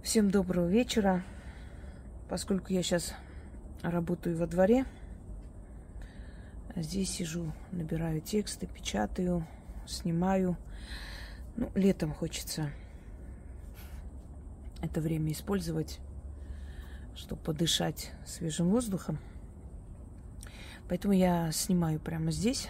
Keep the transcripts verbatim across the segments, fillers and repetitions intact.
Всем доброго вечера. Поскольку я сейчас работаю во дворе, здесь сижу, набираю тексты, печатаю, снимаю. Ну, летом хочется это время использовать, чтобы подышать свежим воздухом. Поэтому я снимаю прямо здесь.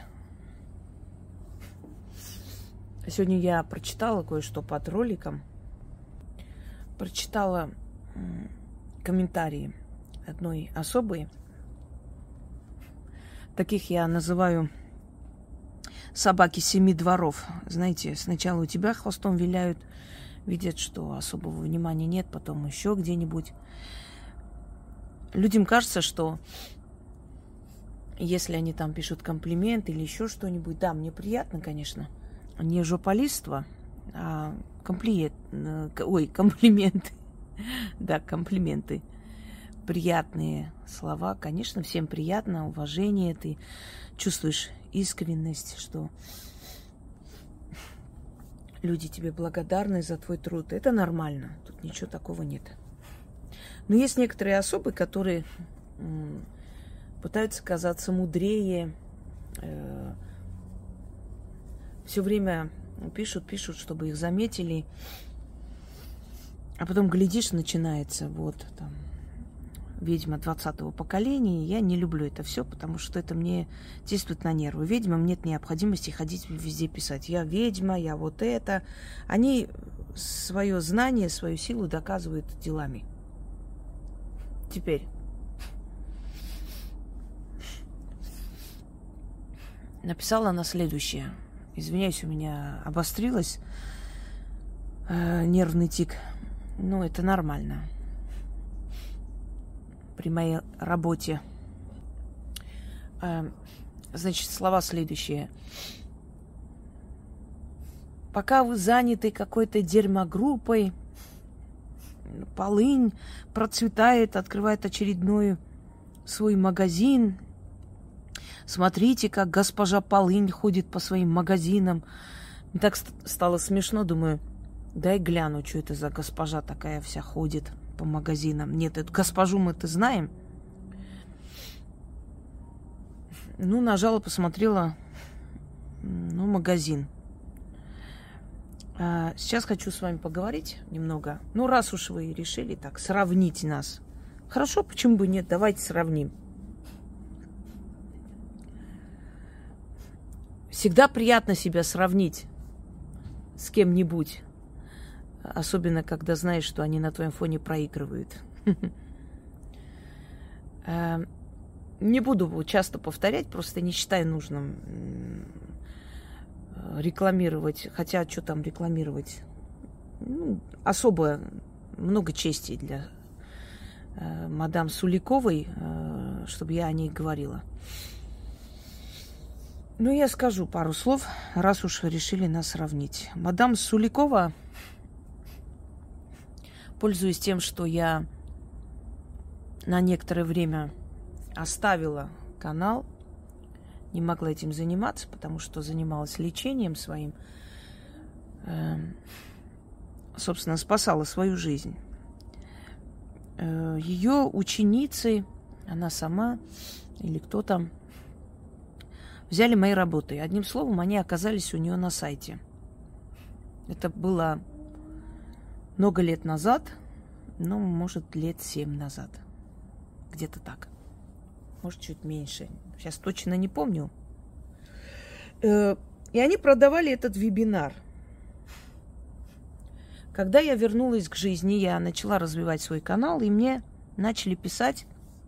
Сегодня я прочитала кое-что под роликом. Прочитала комментарии одной особой. Таких я называю собаки семи дворов. Знаете, сначала у тебя хвостом виляют, видят, что особого внимания нет, потом еще где-нибудь. Людям кажется, что если они там пишут комплимент или еще что-нибудь, да, мне приятно, конечно, не жополиство, а комплимент, ой, комплименты. Да, комплименты. Приятные слова. Конечно, всем приятно, уважение. Ты чувствуешь искренность, что люди тебе благодарны за твой труд. Это нормально. Тут ничего такого нет. Но есть некоторые особы, которые м, пытаются казаться мудрее. Э, все время пишут, пишут, чтобы их заметили. А потом, глядишь, начинается вот там ведьма двадцатого поколения. Я не люблю это все, потому что это мне действует на нервы. Ведьмам нет необходимости ходить везде писать. Я ведьма, я вот это. Они свое знание, свою силу доказывают делами. Теперь. Написала она следующее. Извиняюсь, у меня обострилось э, нервный тик. Ну, это нормально. При моей работе. Э, значит, слова следующие. Пока вы заняты какой-то дерьмогруппой, Полынь процветает, открывает очередной свой магазин. Смотрите, как госпожа Полынь ходит по своим магазинам. Мне так стало смешно, думаю, дай гляну, что это за госпожа такая вся ходит по магазинам. Нет, эту госпожу мы-то знаем. Ну, нажала, посмотрела, ну, магазин. А сейчас хочу с вами поговорить немного. Ну, раз уж вы решили так сравнить нас. Хорошо, почему бы нет? Давайте сравним. Всегда приятно себя сравнить с кем-нибудь. Особенно, когда знаешь, что они на твоем фоне проигрывают. Не буду часто повторять, просто не считаю нужным рекламировать. Хотя, что там рекламировать? Ну, особо много чести для мадам Суликовой, чтобы я о ней говорила. Ну, я скажу пару слов, раз уж вы решили нас сравнить. Мадам Суликова, пользуясь тем, что я на некоторое время оставила канал, не могла этим заниматься, потому что занималась лечением своим, э, собственно, спасала свою жизнь. Э, ее ученицы, она сама или кто там, взяли мои работы. Одним словом, они оказались у нее на сайте. Это было много лет назад, ну, может, лет семь назад. Где-то так. Может, чуть меньше. Сейчас точно не помню. И они продавали этот вебинар. Когда я вернулась к жизни, я начала развивать свой канал, и мне начали писать: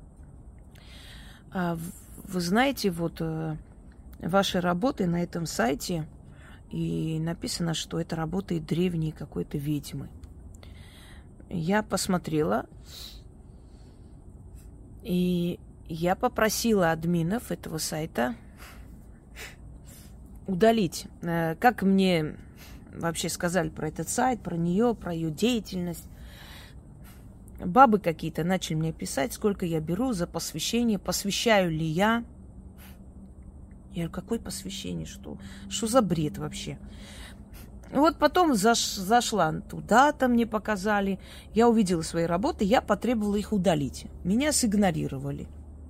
вы знаете, вот ваши работы на этом сайте, и написано, что это работы древней какой-то ведьмы. Я посмотрела, и я попросила админов этого сайта удалить. Как мне вообще сказали про этот сайт, про нее, про ее деятельность. Бабы какие-то начали мне писать, сколько я беру за посвящение, посвящаю ли я. Я говорю, какое посвящение? Что, что за бред вообще? Вот потом заш, зашла туда, там мне показали. Я увидела свои работы, я потребовала их удалить. Меня сигнорировали.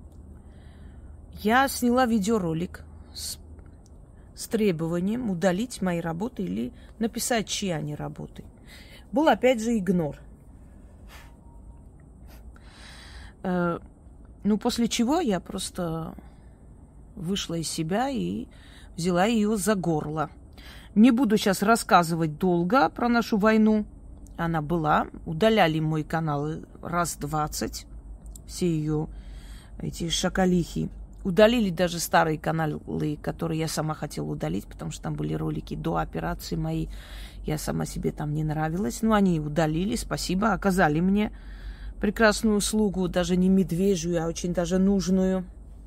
Я сняла видеоролик с, с требованием удалить мои работы или написать, чьи они работы. Был опять же игнор. Э, ну, после чего я просто вышла из себя и взяла ее за горло. Не буду сейчас рассказывать долго про нашу войну. Она была. Удаляли мой канал раз двадцать. Все ее эти шакалихи. Удалили даже старые каналы, которые я сама хотела удалить, потому что там были ролики до операции моей. Я сама себе там не нравилась. Но они удалили, спасибо. Оказали мне прекрасную услугу. Даже не медвежью, а очень даже нужную.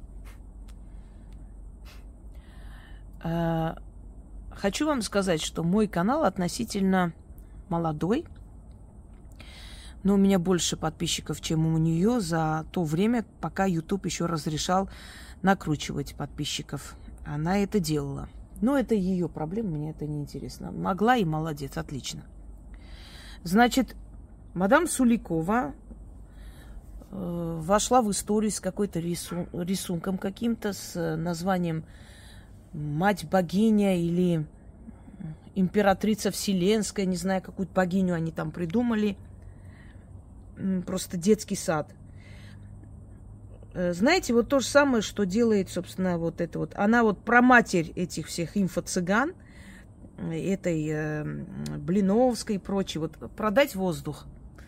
Хочу вам сказать, что мой канал относительно молодой, но у меня больше подписчиков, чем у нее за то время, пока YouTube еще разрешал накручивать подписчиков. Она это делала. Но это ее проблема, мне это не интересно. Могла и молодец, отлично. Значит, мадам Суликова э, вошла в историю с какой-то рисун, рисунком каким-то, с названием «Мать-богиня» или «Императрица Вселенская», не знаю, какую-то богиню они там придумали. Просто детский сад. Знаете, вот то же самое, что делает, собственно, вот это вот. Она вот проматерь этих всех инфо-цыган, этой э, Блиновской и прочей. Вот продать воздух.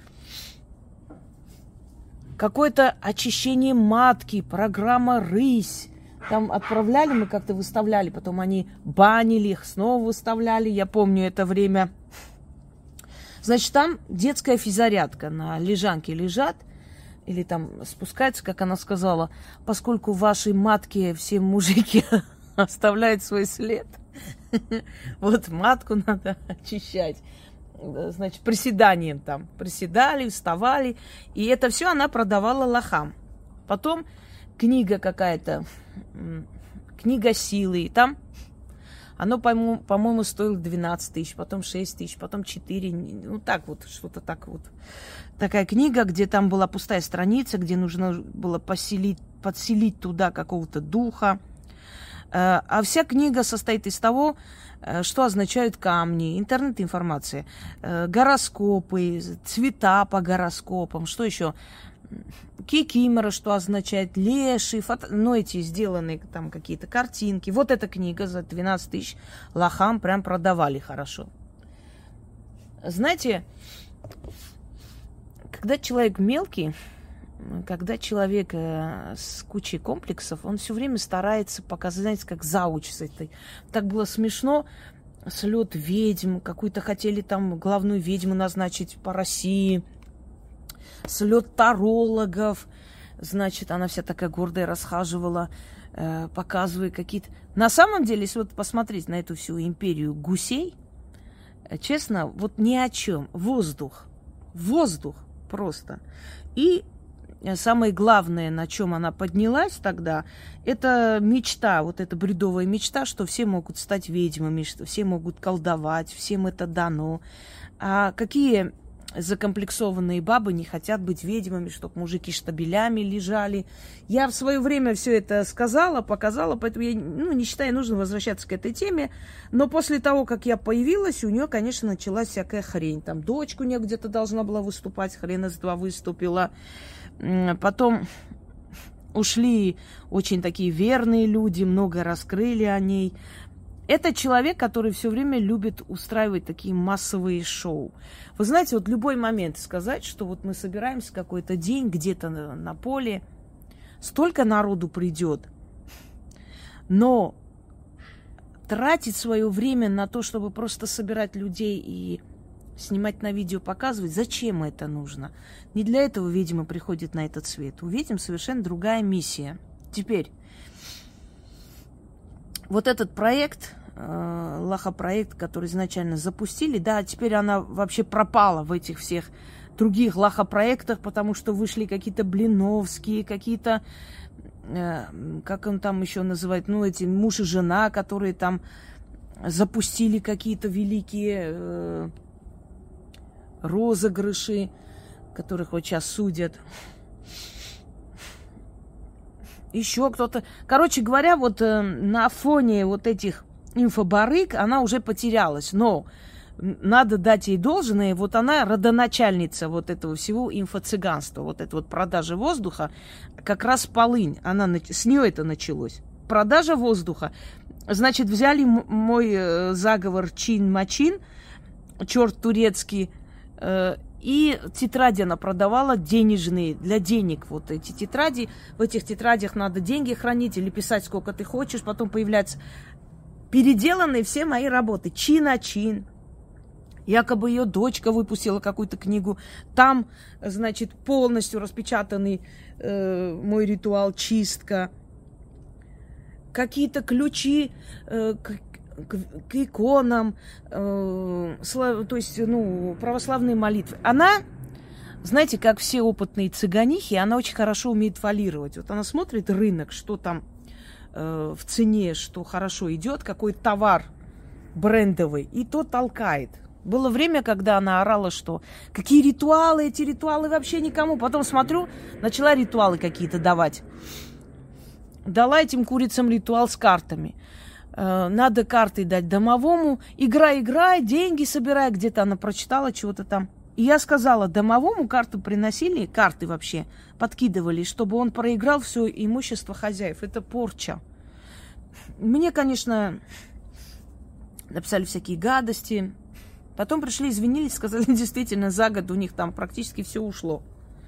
Какое-то очищение матки, программа «Рысь». Там отправляли, мы как-то выставляли, потом они банили их, снова выставляли. Я помню это время. Значит, там детская физзарядка на лежанке лежат, или там спускается, как она сказала, поскольку в вашей матке все мужики оставляют свой след. Вот матку надо очищать. Значит, приседанием там. Приседали, вставали. И это все она продавала лохам. Потом книга какая-то, книга силы. И там оно, по-моему, по-моему, стоило двенадцать тысяч, потом шесть тысяч, потом четыре. Ну, так вот, что-то так вот. Такая книга, где там была пустая страница, где нужно было поселить, подселить туда какого-то духа. А вся книга состоит из того, что означают камни, интернет-информация, гороскопы, цвета по гороскопам, что еще? Кикимора, что означает леший, фото... ну, эти сделанные там какие-то картинки. Вот эта книга за двенадцать тысяч лохам прям продавали хорошо. Знаете, когда человек мелкий, когда человек э, с кучей комплексов, он все время старается показать, знаете, как зауч с этой. Так было смешно. Слет ведьм, какую-то хотели там главную ведьму назначить по России. Слет тарологов. Значит, она вся такая гордая расхаживала, э, показывая какие-то... На самом деле, если вот посмотреть на эту всю империю гусей, э, честно, вот ни о чем. Воздух. Воздух просто. И самое главное, на чем она поднялась тогда, это мечта, вот эта бредовая мечта, что все могут стать ведьмами, что все могут колдовать, всем это дано. А какие закомплексованные бабы не хотят быть ведьмами, чтобы мужики штабелями лежали? Я в свое время все это сказала, показала, поэтому я ну, не считаю нужно возвращаться к этой теме. Но после того, как я появилась, у нее, конечно, началась всякая хрень. Там дочка у нее где-то должна была выступать, хрена с два выступила. Потом ушли очень такие верные люди, много раскрыли о ней. Это человек, который все время любит устраивать такие массовые шоу. Вы знаете, вот любой момент сказать, что вот мы собираемся какой-то день где-то на, на поле, столько народу придет, но тратить свое время на то, чтобы просто собирать людей и снимать на видео, показывать, зачем это нужно? Не для этого, видимо, приходит на этот свет. У ведьм совершенно другая миссия. Теперь, вот этот проект, э, лахопроект, который изначально запустили, да, теперь она вообще пропала в этих всех других лахопроектах, потому что вышли какие-то Блиновские, какие-то, э, как он там еще называет, ну, эти муж и жена, которые там запустили какие-то великие э, розыгрыши, которых вот сейчас судят. Еще кто-то. Короче говоря, вот э, на фоне вот этих инфобарыг она уже потерялась. Но надо дать ей должное. Вот она родоначальница вот этого всего инфо-цыганства. Вот эта вот продажа воздуха. Как раз полынь. Она, с нее это началось. Продажа воздуха. Значит, взяли м- мой э, заговор чин-мачин, черт турецкий, э, и тетради она продавала денежные, для денег. Вот эти тетради. В этих тетрадях надо деньги хранить или писать, сколько ты хочешь. Потом появляются переделанные все мои работы. Чин-а-чин. Якобы ее дочка выпустила какую-то книгу. Там, значит, полностью распечатанный э, мой ритуал чистка. Какие-то ключи э, к, к, к иконам, э, слав, то есть, ну, православные молитвы. Она, знаете, как все опытные цыганихи, она очень хорошо умеет фолировать. Вот она смотрит рынок, что там э, в цене, что хорошо идет, какой товар брендовый, и то толкает. Было время, когда она орала, что какие ритуалы, эти ритуалы вообще никому. Потом смотрю, начала ритуалы какие-то давать. Дала этим курицам ритуал с картами. Э, надо карты дать домовому. Играй, играй, деньги собирай. Где-то она прочитала чего-то там. И я сказала, домовому карту приносили, карты вообще подкидывали, чтобы он проиграл все имущество хозяев. Это порча. Мне, конечно, написали всякие гадости. Потом пришли, извинились, сказали, действительно, за год у них там практически все ушло.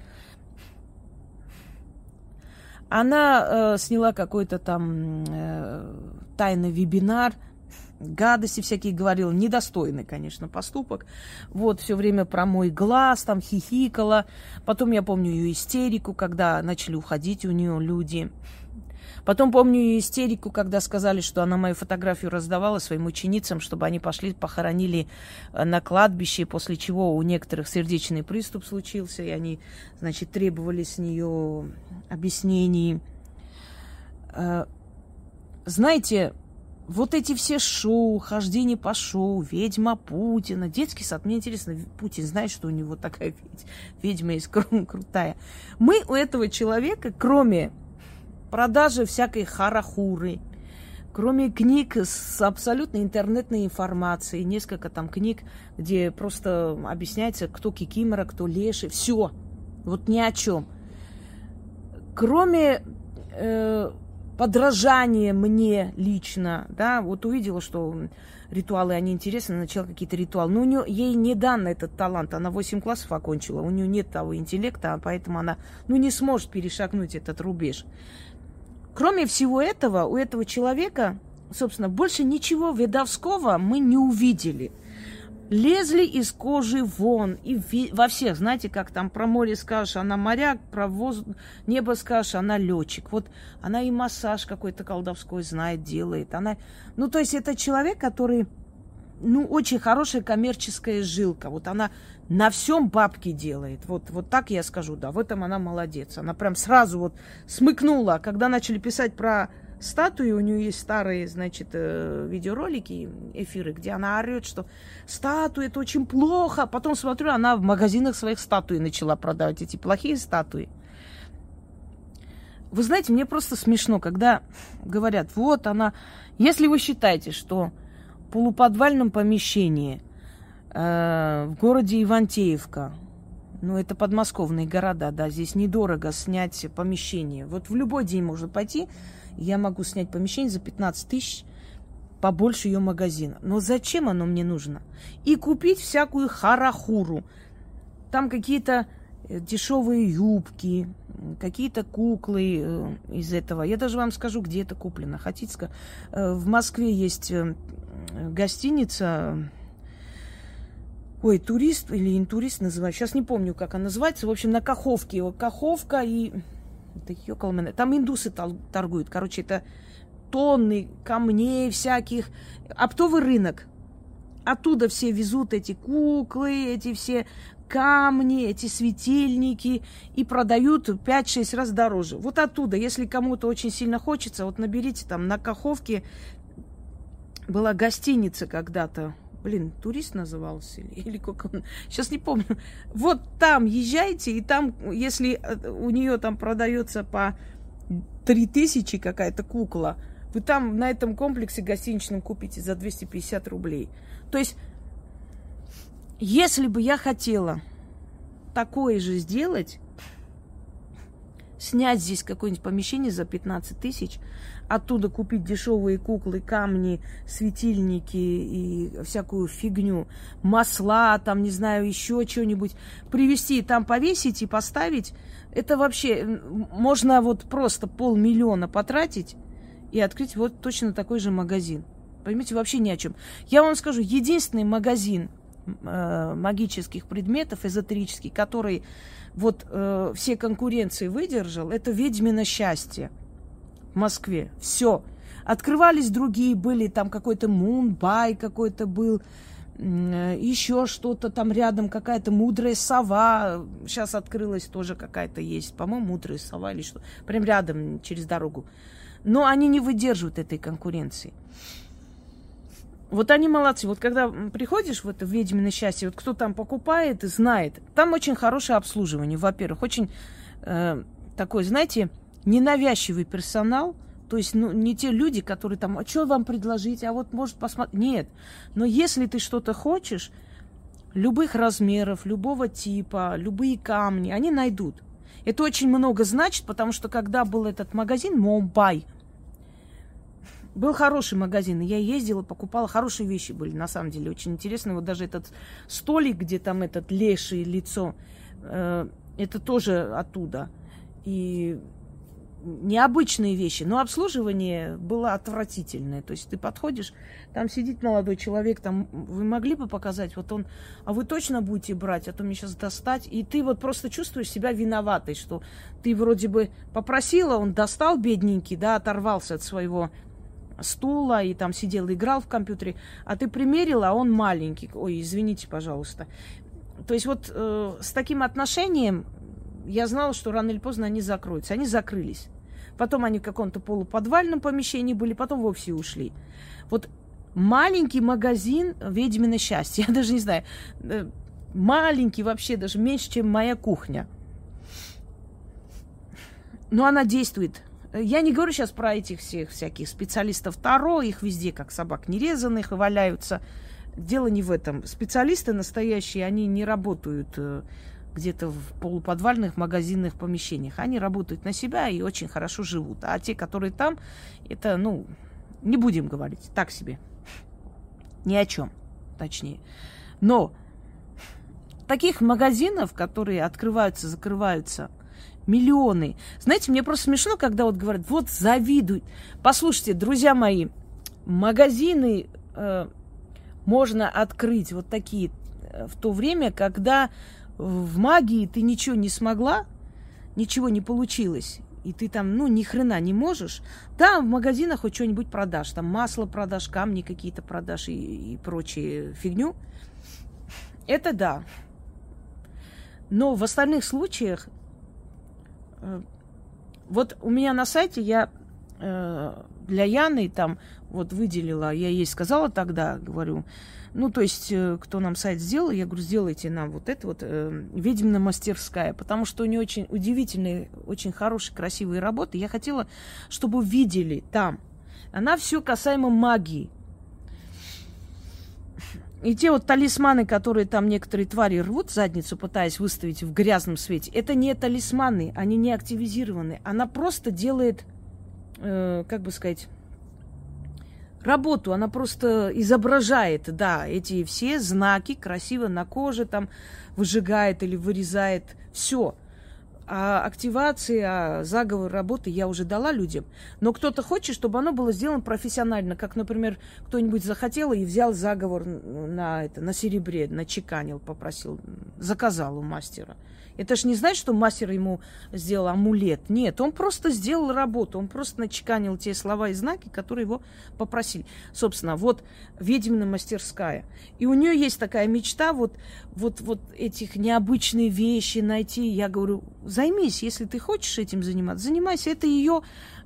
Она э, сняла какой-то там э, тайный вебинар, гадости всякие говорила, недостойный, конечно, поступок. Вот, все время про мой глаз, там хихикала. Потом я помню ее истерику, когда начали уходить у нее люди. Потом помню ее истерику, когда сказали, что она мою фотографию раздавала своим ученицам, чтобы они пошли, похоронили на кладбище, после чего у некоторых сердечный приступ случился, и они, значит, требовали с нее объяснений. Знаете, вот эти все шоу, хождение по шоу, ведьма Путина, детский сад. Мне интересно, Путин знает, что у него такая ведьма есть крутая. Мы у этого человека, кроме продажи всякой харахуры, кроме книг с абсолютно интернетной информацией, несколько там книг, где просто объясняется, кто кикимора, кто леший, все, вот ни о чем. Кроме э, подражания мне лично, да, вот увидела, что ритуалы, они интересны, начала какие-то ритуалы. Но у нее, ей не дан этот талант, она восемь классов окончила, у нее нет того интеллекта, поэтому она, ну, не сможет перешагнуть этот рубеж. Кроме всего этого, у этого человека, собственно, больше ничего ведовского мы не увидели. Лезли из кожи вон, и во всех, знаете, как там про море скажешь, она моряк, про воз... небо скажешь, она летчик. Вот она и массаж какой-то колдовской знает, делает. Она... Ну, то есть это человек, который, ну, очень хорошая коммерческая жилка. Вот она на всем бабки делает. Вот, вот так я скажу, да, в этом она молодец. Она прям сразу вот смыкнула. Когда начали писать про статуи, у нее есть старые, значит, видеоролики, эфиры, где она орет, что статуи это очень плохо. Потом смотрю, она в магазинах своих статуи начала продавать, эти плохие статуи. Вы знаете, мне просто смешно, когда говорят, вот она... Если вы считаете, что в полуподвальном помещении в городе Ивантеевка, ну, это подмосковные города, да, здесь недорого снять помещение. Вот в любой день можно пойти, я могу снять помещение за пятнадцать тысяч, побольше ее магазина. Но зачем оно мне нужно? И купить всякую харахуру. Там какие-то дешевые юбки, какие-то куклы из этого. Я даже вам скажу, где это куплено. Хотите сказать? В Москве есть гостиница... Ой, турист или интурист называют. Сейчас не помню, как она называется. В общем, на Каховке. Каховка и... Там индусы торгуют. Короче, это тонны камней всяких. Оптовый рынок. Оттуда все везут эти куклы, эти все камни, эти светильники. И продают пять-шесть раз дороже. Вот оттуда, если кому-то очень сильно хочется, вот наберите там на Каховке была гостиница когда-то. Блин, турист назывался или, или как он? Сейчас не помню. Вот там езжайте, и там, если у нее там продается по три тысячи какая-то кукла, вы там на этом комплексе гостиничном купите за двести пятьдесят рублей. То есть, если бы я хотела такое же сделать, снять здесь какое-нибудь помещение за пятнадцать тысяч, оттуда купить дешевые куклы, камни, светильники и всякую фигню, масла, там, не знаю, еще что-нибудь, привезти, там повесить и поставить, это вообще можно вот просто полмиллиона потратить и открыть вот точно такой же магазин. Понимаете, вообще ни о чем. Я вам скажу, единственный магазин э, магических предметов, эзотерический, который вот э, все конкуренции выдержал, это «Ведьмино счастье» в Москве. Все. Открывались другие, были там какой-то Мунбай какой-то был, э, еще что-то там рядом, какая-то мудрая сова. Сейчас открылась тоже какая-то есть, по-моему, мудрая сова или что. Прям рядом, через дорогу. Но они не выдерживают этой конкуренции. Вот они молодцы. Вот когда приходишь в это «Ведьмино счастье», вот кто там покупает, знает. Там очень хорошее обслуживание, во-первых. Очень э, такой, знаете, ненавязчивый персонал. То есть, ну, не те люди, которые там, а что вам предложить, а вот может посмотреть. Нет. Но если ты что-то хочешь, любых размеров, любого типа, любые камни, они найдут. Это очень много значит, потому что когда был этот магазин Мумбай, был хороший магазин, и я ездила, покупала, хорошие вещи были, на самом деле, очень интересно. Вот даже этот столик, где там этот леший лицо, э, это тоже оттуда. И необычные вещи, но обслуживание было отвратительное. То есть ты подходишь, там сидит молодой человек, там вы могли бы показать, вот он, а вы точно будете брать, а то мне сейчас достать. И ты вот просто чувствуешь себя виноватой, что ты вроде бы попросила, он достал, бедненький, да, оторвался от своего стула и там сидел, играл в компьютере, а ты примерила, а он маленький. Ой, извините, пожалуйста. То есть вот э, с таким отношением я знала, что рано или поздно они закроются. Они закрылись. Потом они в каком-то полуподвальном помещении были, потом вовсе ушли. Вот маленький магазин «Ведьмино счастье», я даже не знаю, э, маленький вообще, даже меньше, чем моя кухня. Но она действует. Я не говорю сейчас про этих всех всяких специалистов Таро, их везде как собак нерезанных валяются. Дело не в этом. Специалисты настоящие, они не работают э, где-то в полуподвальных магазинных помещениях. Они работают на себя и очень хорошо живут. А те, которые там, это, ну, не будем говорить, так себе. Ни о чем, точнее. Но таких магазинов, которые открываются, закрываются, миллионы. Знаете, мне просто смешно, когда вот говорят, вот завидуют. Послушайте, друзья мои, магазины э, можно открыть вот такие в то время, когда в магии ты ничего не смогла, ничего не получилось, и ты там, ну, ни хрена не можешь. Да, в магазинах хоть что-нибудь продашь, там масло продашь, камни какие-то продашь и, и прочие фигню. Это да. Но в остальных случаях вот у меня на сайте я э, для Яны там вот выделила, я ей сказала тогда, говорю, ну, то есть, э, кто нам сайт сделал, я говорю, сделайте нам вот это вот э, «Ведьмина мастерская», потому что у нее очень удивительные, очень хорошие, красивые работы. Я хотела, чтобы видели там. Она все касаемо магии. И те вот талисманы, которые там некоторые твари рвут задницу, пытаясь выставить в грязном свете, это не талисманы, они не активизированы. Она просто делает, э, как бы сказать, работу. Она просто изображает, да, эти все знаки красиво на коже там выжигает или вырезает. Все. А активации, а заговор работы я уже дала людям. Но кто-то хочет, чтобы оно было сделано профессионально. Как, например, кто-нибудь захотел и взял заговор на, это, на серебре, начеканил, попросил, заказал у мастера. Это ж не значит, что мастер ему сделал амулет. Нет, он просто сделал работу. Он просто начеканил те слова и знаки, которые его попросили. Собственно, вот «Ведьмина мастерская». И у нее есть такая мечта вот, вот, вот этих необычные вещи найти. Я говорю, займись, если ты хочешь этим заниматься, занимайся. Это ее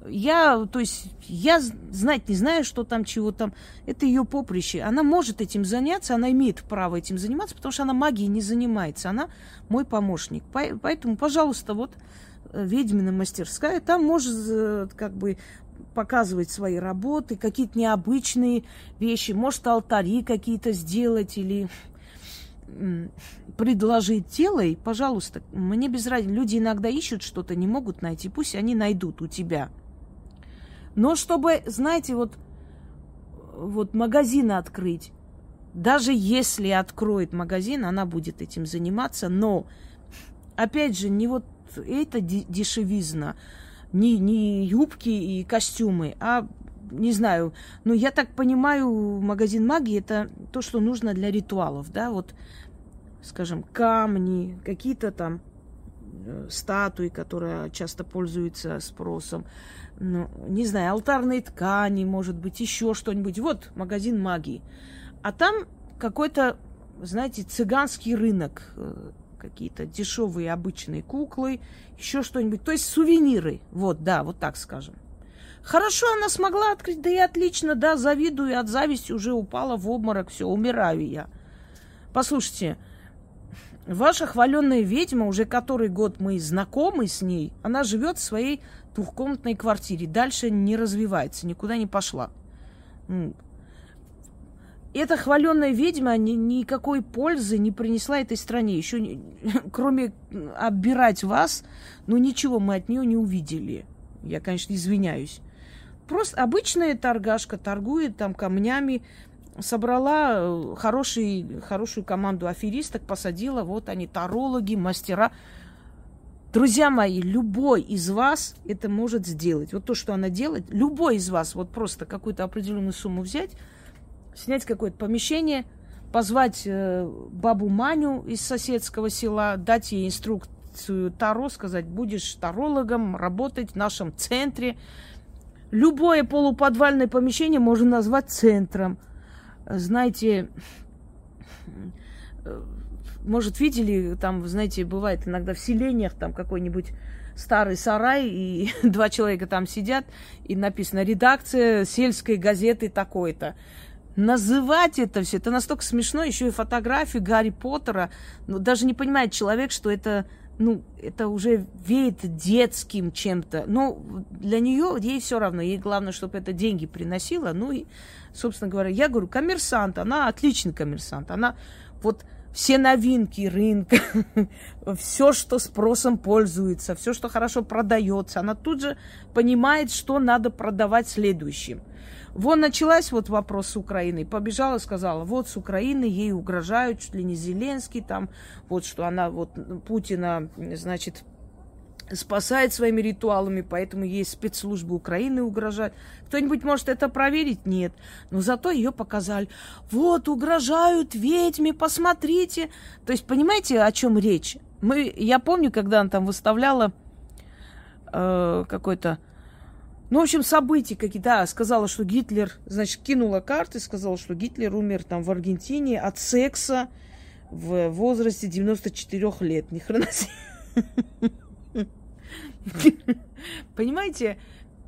Я, то есть, я знать не знаю, что там, чего там. Это ее поприще. Она может этим заняться, она имеет право этим заниматься, потому что она магией не занимается. Она мой помощник. Поэтому, пожалуйста, вот ведьмина мастерская, там может как бы показывать свои работы, какие-то необычные вещи, может алтари какие-то сделать или предложить. Делай, пожалуйста. Мне без разницы. Люди иногда ищут что-то, не могут найти. Пусть они найдут у тебя. Но чтобы, знаете, вот, вот магазин открыть, даже если откроет магазин, она будет этим заниматься, но, опять же, не вот это дешевизна, не, не юбки и костюмы, а, не знаю, ну, я так понимаю, магазин магии – это то, что нужно для ритуалов, да, вот, скажем, камни, какие-то там статуи, которые часто пользуются спросом, ну, не знаю, алтарные ткани, может быть, еще что-нибудь. Вот магазин магии. А там какой-то, знаете, цыганский рынок, какие-то дешевые обычные куклы, еще что-нибудь. То есть сувениры. Вот, да, вот так скажем. Хорошо она смогла открыть, да и отлично, да, завидую, от зависти уже упала в обморок, все, умираю я. Послушайте, ваша хваленная ведьма, уже который год мы знакомы с ней, она живет в своей двухкомнатной квартире, дальше не развивается, никуда не пошла. Эта хваленная ведьма ни, никакой пользы не принесла этой стране, еще не, кроме оббирать вас, ну ничего мы от нее не увидели. Я, конечно, извиняюсь. Просто обычная торгашка, торгует там камнями, собрала хороший, хорошую команду аферисток, посадила, вот они, тарологи, мастера. Друзья мои, любой из вас это может сделать. Вот то, что она делает, любой из вас, вот просто какую-то определенную сумму взять, снять какое-то помещение, позвать э, бабу Маню из соседского села, дать ей инструкцию Таро, сказать, будешь тарологом, работать в нашем центре. Любое полуподвальное помещение можно назвать центром. Знаете, может, видели, там, знаете, бывает иногда в селениях там какой-нибудь старый сарай, и два человека там сидят, и написано «Редакция сельской газеты такой-то». Называть это все, это настолько смешно, еще и фотографии Гарри Поттера, ну, даже не понимает человек, что это, ну, это уже веет детским чем-то. Ну, для нее, ей все равно, ей главное, чтобы это деньги приносило. Ну, и, собственно говоря, я говорю, коммерсант, она отличный коммерсант, она вот все новинки рынка, все, что спросом пользуется, все, что хорошо продается, она тут же понимает, что надо продавать следующим. Вон началась вот вопрос с Украиной. Побежала, сказала, вот с Украины ей угрожают, чуть ли не Зеленский там, вот что она вот Путина, значит, спасает своими ритуалами, поэтому ей спецслужбы Украины угрожают. Кто-нибудь может это проверить? Нет. Но зато ее показали. Вот, угрожают ведьме, посмотрите. То есть, понимаете, о чем речь? Мы, я помню, когда она там выставляла э, какой-то, ну, в общем, события какие-то. Да, сказала, что Гитлер, значит, кинула карты, сказала, что Гитлер умер там в Аргентине от секса в возрасте девяноста четырёх лет. Ни хрена себе. Понимаете,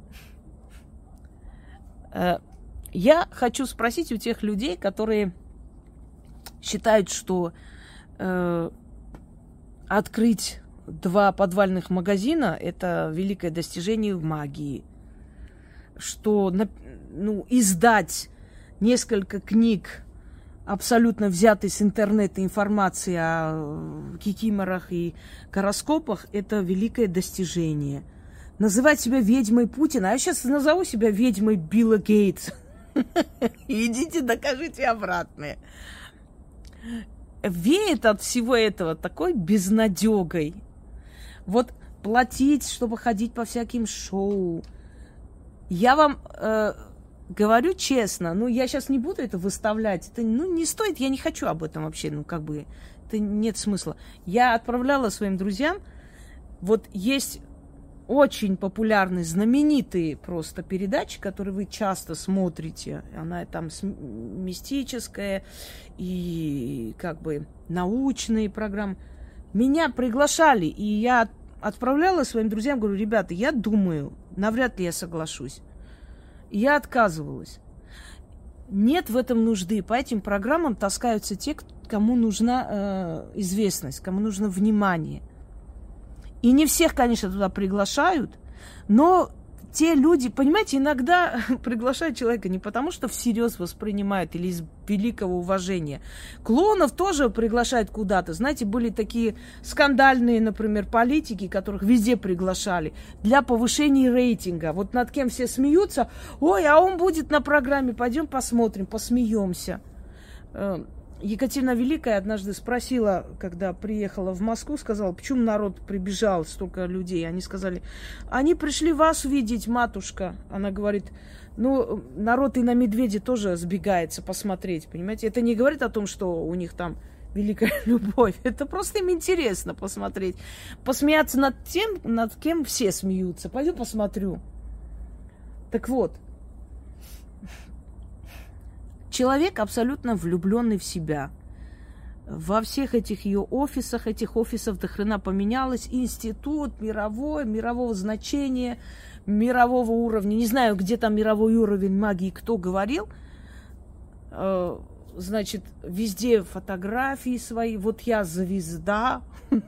я хочу спросить у тех людей, которые считают, что э, открыть два подвальных магазина – это великое достижение в магии, что ну, издать несколько книг, абсолютно взятой с интернета информации о кикиморах и гороскопах, это великое достижение. Называть себя ведьмой Путина, а я сейчас назову себя ведьмой Билла Гейтса. Идите, докажите обратное. Веет от всего этого такой безнадегой. Вот платить, чтобы ходить по всяким шоу. Я вам... Э, Говорю честно, ну, я сейчас не буду это выставлять. Это, ну, не стоит, я не хочу об этом вообще, ну, как бы, это нет смысла. Я отправляла своим друзьям, вот есть очень популярные, знаменитые просто передачи, которые вы часто смотрите. Она там мистическая и, как бы, научные программы. Меня приглашали, и я отправляла своим друзьям, говорю, ребята, я думаю, навряд ли я соглашусь. Я отказывалась. Нет в этом нужды. По этим программам таскаются те, кому нужна э, известность, кому нужно внимание. И не всех, конечно, туда приглашают, но те люди, понимаете, иногда приглашают человека не потому, что всерьез воспринимают или из великого уважения. Клоунов тоже приглашают куда-то. Знаете, были такие скандальные, например, политики, которых везде приглашали для повышения рейтинга. Вот над кем все смеются. Ой, а он будет на программе, пойдем посмотрим, посмеемся. Екатерина Великая однажды спросила, когда приехала в Москву, сказала, почему народ прибежал, столько людей. Они сказали, они пришли вас увидеть, матушка. Она говорит, ну, народ и на медведя тоже сбегается посмотреть, понимаете. Это не говорит о том, что у них там великая любовь. Это просто им интересно посмотреть. Посмеяться над тем, над кем все смеются. Пойду посмотрю. Так вот. Человек абсолютно влюбленный в себя. Во всех этих ее офисах, этих офисов до хрена поменялось. Институт мировой, мирового значения, мирового уровня. Не знаю, где там мировой уровень магии, кто говорил. Значит, везде фотографии свои. Вот я звезда.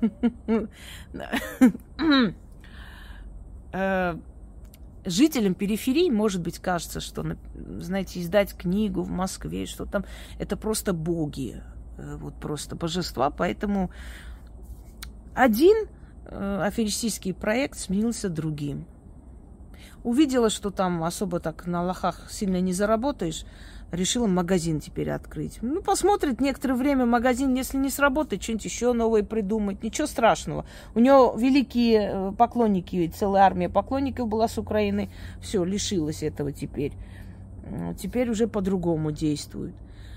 Жителям периферии, может быть, кажется, что, знаете, издать книгу в Москве, что там, это просто боги, вот просто божества. Поэтому один аферистический проект сменился другим. Увидела, что там особо так на лохах сильно не заработаешь, решила магазин теперь открыть. Ну, посмотрит некоторое время магазин, если не сработает, что-нибудь еще новое придумать. Ничего страшного. У него великие поклонники, целая армия поклонников была с Украины. Все, лишилась этого теперь. Теперь уже по-другому действует.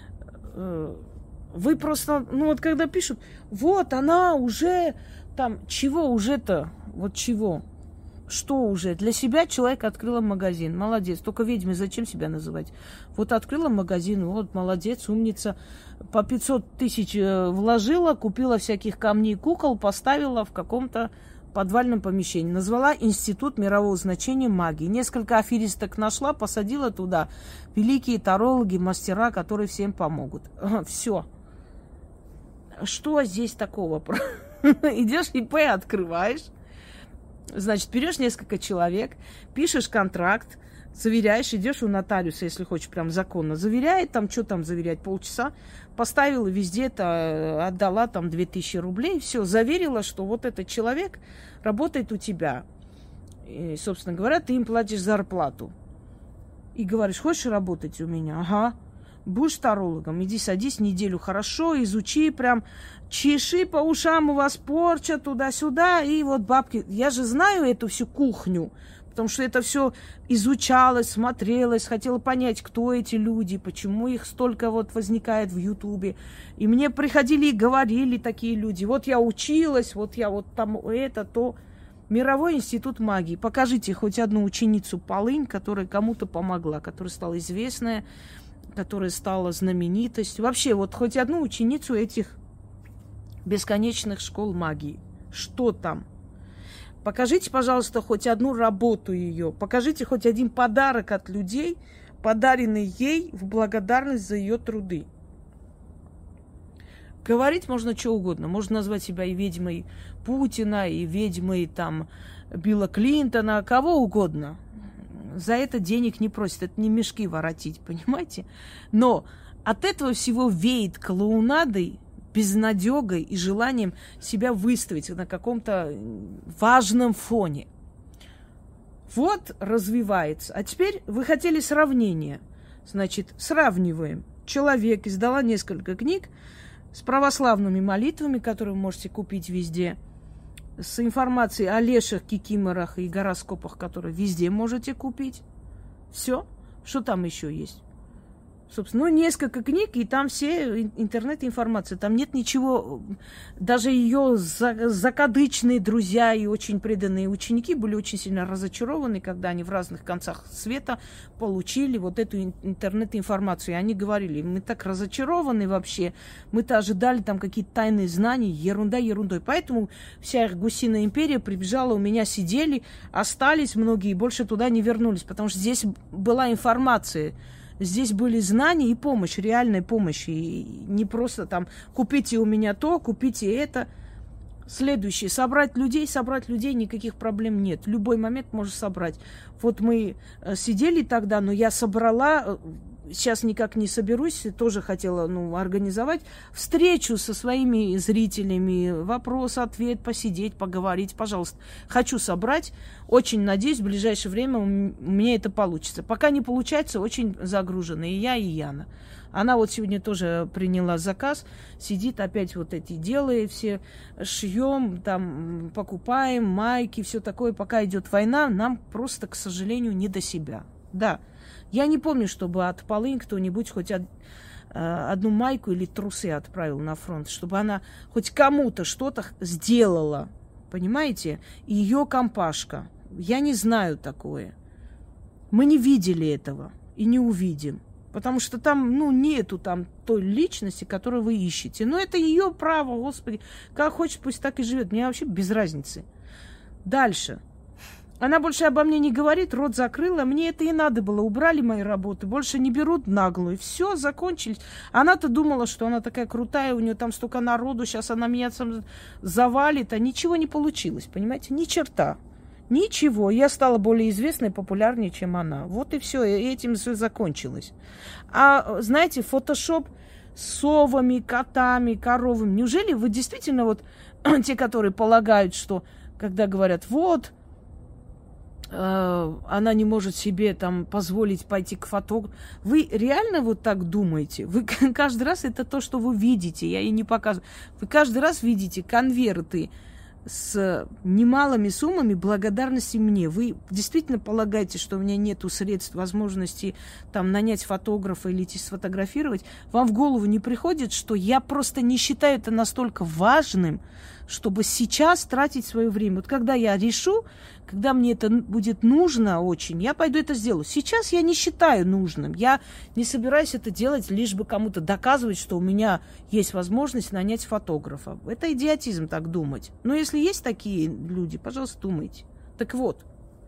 Вы просто, ну вот когда пишут, вот она уже там, чего уже-то, вот чего? Что уже? Для себя человек открыла магазин. Молодец. Только ведьмы зачем себя называть? Вот открыла магазин, вот молодец, умница. По пятьсот тысяч вложила, купила всяких камней, кукол, поставила в каком-то подвальном помещении. Назвала Институт мирового значения магии. Несколько аферисток нашла, посадила туда великие тарологи, мастера, которые всем помогут. Все. Что здесь такого? Идешь ИП открываешь. Значит, берешь несколько человек, пишешь контракт, заверяешь, идешь у нотариуса, если хочешь, прям законно. Заверяет, там, что там заверять, полчаса. Поставила везде это, отдала там две тысячи рублей, все, заверила, что вот этот человек работает у тебя. И, собственно говоря, ты им платишь зарплату. И говоришь, хочешь работать у меня? Ага. Будешь тарологом, иди садись неделю хорошо, изучи прям, чеши по ушам, у вас порча туда-сюда, и вот бабки. Я же знаю эту всю кухню, потому что это все изучалось, смотрелось, хотела понять, кто эти люди, почему их столько вот возникает в Ютубе. И мне приходили и говорили такие люди, вот я училась, вот я вот там это, то. Мировой институт магии. Покажите хоть одну ученицу Полынь, которая кому-то помогла, которая стала известная, которая стала знаменитостью. Вообще, вот хоть одну ученицу этих бесконечных школ магии. Что там? Покажите, пожалуйста, хоть одну работу ее. Покажите хоть один подарок от людей, подаренный ей в благодарность за ее труды. Говорить можно что угодно. Можно назвать себя и ведьмой Путина, и ведьмой там Билла Клинтона, кого угодно. За это денег не просят, это не мешки воротить, понимаете? Но от этого всего веет клоунадой, безнадегой и желанием себя выставить на каком-то важном фоне. Вот развивается. А теперь вы хотели сравнения. Значит, сравниваем. Человек издала несколько книг с православными молитвами, которые вы можете купить везде, с информацией о леших, кикиморах и гороскопах, которые везде можете купить. Все. Что там еще есть? Собственно, ну, несколько книг, и там все интернет-информация. Там нет ничего. Даже ее закадычные друзья и очень преданные ученики были очень сильно разочарованы, когда они в разных концах света получили вот эту интернет-информацию. И они говорили, мы так разочарованы вообще, мы-то ожидали там какие-то тайные знания, ерунда ерундой. Поэтому вся их гусиная империя прибежала, у меня сидели, остались многие, и больше туда не вернулись, потому что здесь была информация. Здесь были знания и помощь, реальная помощь. И не просто там купите у меня то, купите это. Следующее. Собрать людей. Собрать людей никаких проблем нет. В любой момент можешь собрать. Вот мы сидели тогда, но я собрала, сейчас никак не соберусь, тоже хотела ну, организовать встречу со своими зрителями. Вопрос-ответ, посидеть, поговорить. Пожалуйста. Хочу собрать. Очень надеюсь, в ближайшее время у меня это получится. Пока не получается, очень загружена. И я, и Яна. Она вот сегодня тоже приняла заказ. Сидит опять вот эти делает все. Шьем, там, покупаем, майки, все такое. Пока идет война, нам просто, к сожалению, не до себя. Да. Я не помню, чтобы от Полынь кто-нибудь хоть од... одну майку или трусы отправил на фронт. Чтобы она хоть кому-то что-то сделала. Понимаете? И ее компашка. Я не знаю такое. Мы не видели этого и не увидим. Потому что там, ну, нету там той личности, которую вы ищете. Но это ее право, Господи. Как хочет, пусть так и живет. Мне вообще без разницы. Дальше. Она больше обо мне не говорит, рот закрыла. Мне это и надо было. Убрали мои работы. Больше не берут наглую. Все, закончились. Она-то думала, что она такая крутая, у нее там столько народу, сейчас она меня там завалит. А ничего не получилось, понимаете? Ни черта. Ничего. Я стала более известной, популярнее, чем она. Вот и все. И этим все закончилось. А, знаете, фотошоп с совами, котами, коровами. Неужели вы действительно вот те, которые полагают, что когда говорят, вот, она не может себе там позволить пойти к фотографу. Вы реально вот так думаете? Вы каждый раз это то, что вы видите, я ей не показываю. Вы каждый раз видите конверты с немалыми суммами благодарности мне. Вы действительно полагаете, что у меня нету средств, возможности там нанять фотографа или идти сфотографировать? Вам в голову не приходит, что я просто не считаю это настолько важным, чтобы сейчас тратить свое время. Вот когда я решу, когда мне это будет нужно очень, я пойду это сделаю. Сейчас я не считаю нужным. Я не собираюсь это делать, лишь бы кому-то доказывать, что у меня есть возможность нанять фотографа. Это идиотизм так думать. Но если есть такие люди, пожалуйста, думайте. Так вот,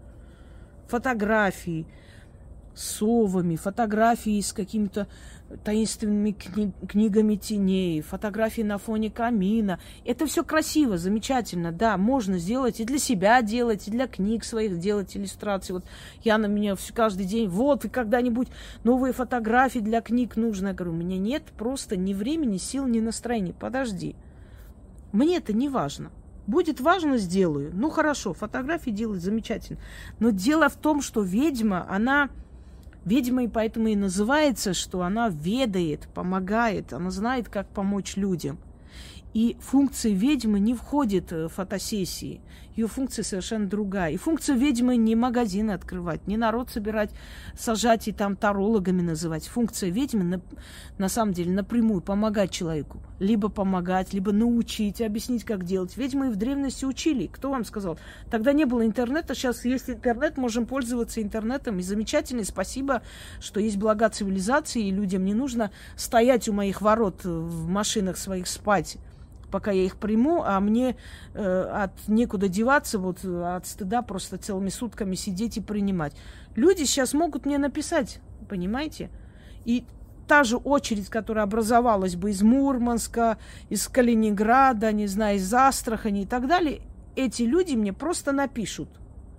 фотографии с совами, фотографии с какими-то таинственными кни- книгами теней, фотографии на фоне камина. Это все красиво, замечательно. Да, можно сделать и для себя делать, и для книг своих делать иллюстрации. Вот Яна меня все, каждый день, вот, и когда-нибудь новые фотографии для книг нужно. Я говорю, у меня нет просто ни времени, сил, ни настроения. Подожди. Мне это не важно. Будет важно, сделаю. Ну, хорошо, фотографии делать замечательно. Но дело в том, что ведьма, она... Ведьма и поэтому и называется, что она ведает, помогает, она знает, как помочь людям. И функция ведьмы не входит в фотосессии. Ее функция совершенно другая. И функция ведьмы не магазины открывать, не народ собирать, сажать и там тарологами называть. Функция ведьмы на, на самом деле напрямую помогать человеку. Либо помогать, либо научить, объяснить, как делать. Ведьмы и в древности учили. Кто вам сказал? Тогда не было интернета, сейчас есть интернет, можем пользоваться интернетом. И замечательно, и спасибо, что есть блага цивилизации, и людям не нужно стоять у моих ворот в машинах своих спать, пока я их приму, а мне э, от некуда деваться, вот от стыда просто целыми сутками сидеть и принимать. Люди сейчас могут мне написать, понимаете? И та же очередь, которая образовалась бы из Мурманска, из Калининграда, не знаю, из Астрахани и так далее, эти люди мне просто напишут.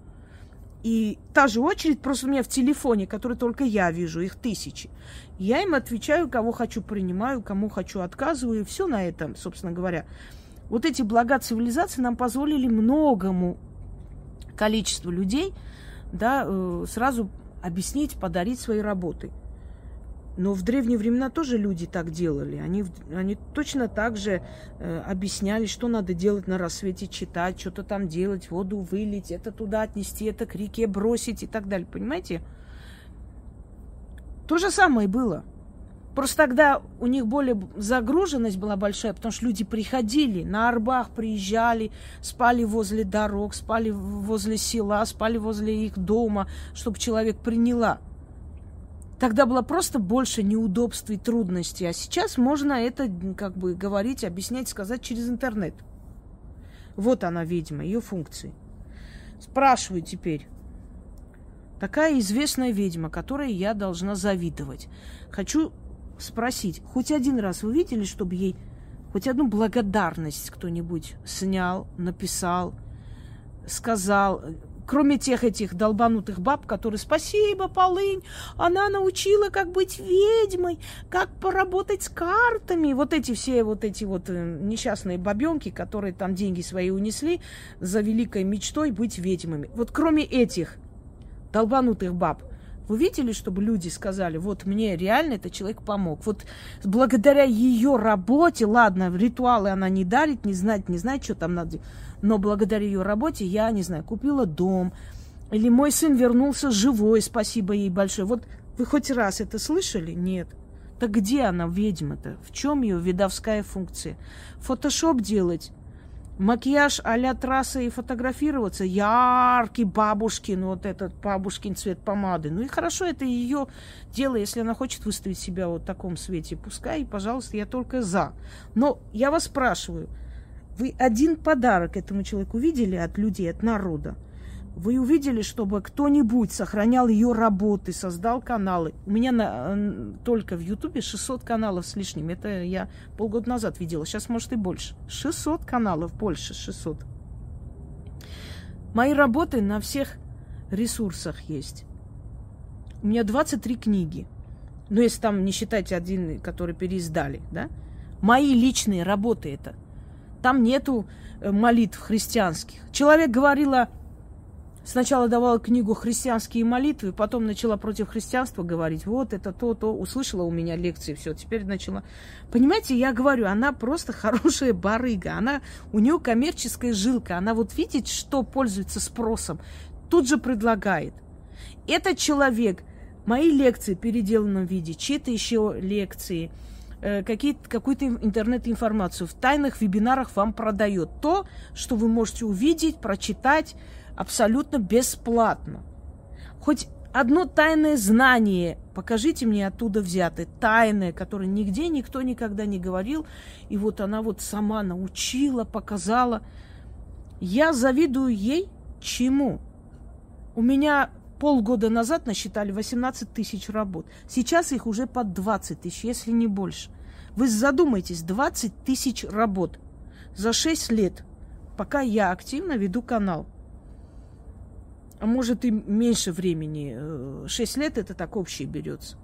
И та же очередь просто у меня в телефоне, который только я вижу, их тысячи. Я им отвечаю, кого хочу принимаю, кому хочу отказываю. И все на этом, собственно говоря. Вот эти блага цивилизации нам позволили многому количеству людей, да, сразу объяснить, подарить свои работы. Но в древние времена тоже люди так делали. Они, они точно так же э, объясняли, что надо делать на рассвете, читать, что-то там делать, воду вылить, это туда отнести, это к реке бросить и так далее. Понимаете? То же самое было. Просто тогда у них более загруженность была большая, потому что люди приходили, на Арбах приезжали, спали возле дорог, спали возле села, спали возле их дома, чтобы человек приняла. Тогда было просто больше неудобств и трудностей. А сейчас можно это как бы говорить, объяснять, сказать через интернет. Вот она, ведьма, ее функции. Спрашиваю теперь. Такая известная ведьма, которой я должна завидовать. Хочу спросить, хоть один раз вы видели, чтобы ей хоть одну благодарность кто-нибудь снял, написал, сказал, кроме тех этих долбанутых баб, которые «Спасибо, Полынь, она научила, как быть ведьмой, как поработать с картами». Вот эти все вот эти вот несчастные бабенки, которые там деньги свои унесли за великой мечтой быть ведьмами. Вот кроме этих долбанутых баб, вы видели, чтобы люди сказали, вот мне реально этот человек помог. Вот благодаря ее работе, ладно, ритуалы она не дарит, не знает, не знает, что там надо, но благодаря ее работе я, не знаю, купила дом, или мой сын вернулся живой, спасибо ей большое. Вот вы хоть раз это слышали? Нет. Так где она, ведьма-то? В чем ее видовская функция? Фотошоп делать? Макияж а-ля трасса и фотографироваться, яркий бабушкин, вот этот бабушкин цвет помады. Ну и хорошо, это ее дело, если она хочет выставить себя вот в таком свете. Пускай, пожалуйста, я только за. Но я вас спрашиваю, вы один подарок этому человеку видели от людей, от народа? Вы увидели, чтобы кто-нибудь сохранял ее работы, создал каналы? У меня на, только в Ютубе шестьсот каналов с лишним. Это я полгода назад видела. Сейчас, может, и больше. шестьсот каналов, больше шестьсот. Мои работы на всех ресурсах есть. У меня двадцать три книги. Ну, если там не считать один, который переиздали, да? Мои личные работы это. Там нету молитв христианских. Человек говорила... Сначала давала книгу «Христианские молитвы», потом начала против христианства говорить. Вот это то, то. Услышала у меня лекции, все. Теперь начала. Понимаете, я говорю, она просто хорошая барыга. Она, у нее коммерческая жилка. Она вот видит, что пользуется спросом. Тут же предлагает. Этот человек мои лекции в переделанном виде, чьи-то еще лекции, э, какую-то интернет-информацию в тайных вебинарах вам продает. То, что вы можете увидеть, прочитать, абсолютно бесплатно. Хоть одно тайное знание покажите мне оттуда взятое, тайное, которое нигде никто никогда не говорил, и вот она вот сама научила, показала. Я завидую ей чему? У меня полгода назад насчитали восемнадцать тысяч работ. Сейчас их уже под двадцать тысяч, если не больше. Вы задумайтесь, двадцать тысяч работ за шесть лет, пока я активно веду канал. А может и меньше времени. Шесть лет это так общее берется.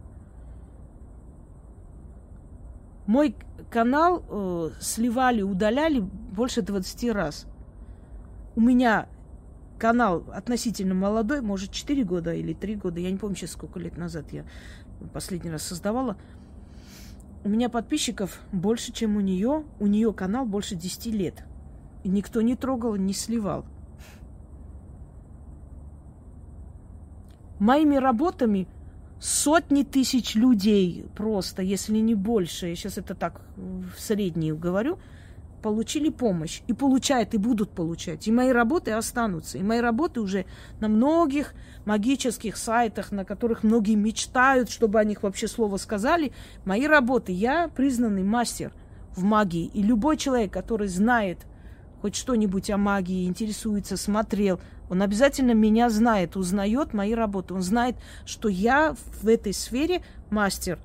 Мой канал э, сливали, удаляли больше двадцати раз. У меня канал относительно молодой, может четыре года или три года. Я не помню сейчас, сколько лет назад я последний раз создавала. У меня подписчиков больше, чем у нее. У нее канал больше десяти лет. И никто не трогал, не сливал. Моими работами сотни тысяч людей просто, если не больше, я сейчас это так в среднюю говорю, получили помощь. И получают, и будут получать. И мои работы останутся. И мои работы уже на многих магических сайтах, на которых многие мечтают, чтобы о них вообще слово сказали. Мои работы. Я признанный мастер в магии. И любой человек, который знает хоть что-нибудь о магии, интересуется, смотрел, он обязательно меня знает, узнает мои работы. Он знает, что я в этой сфере мастер.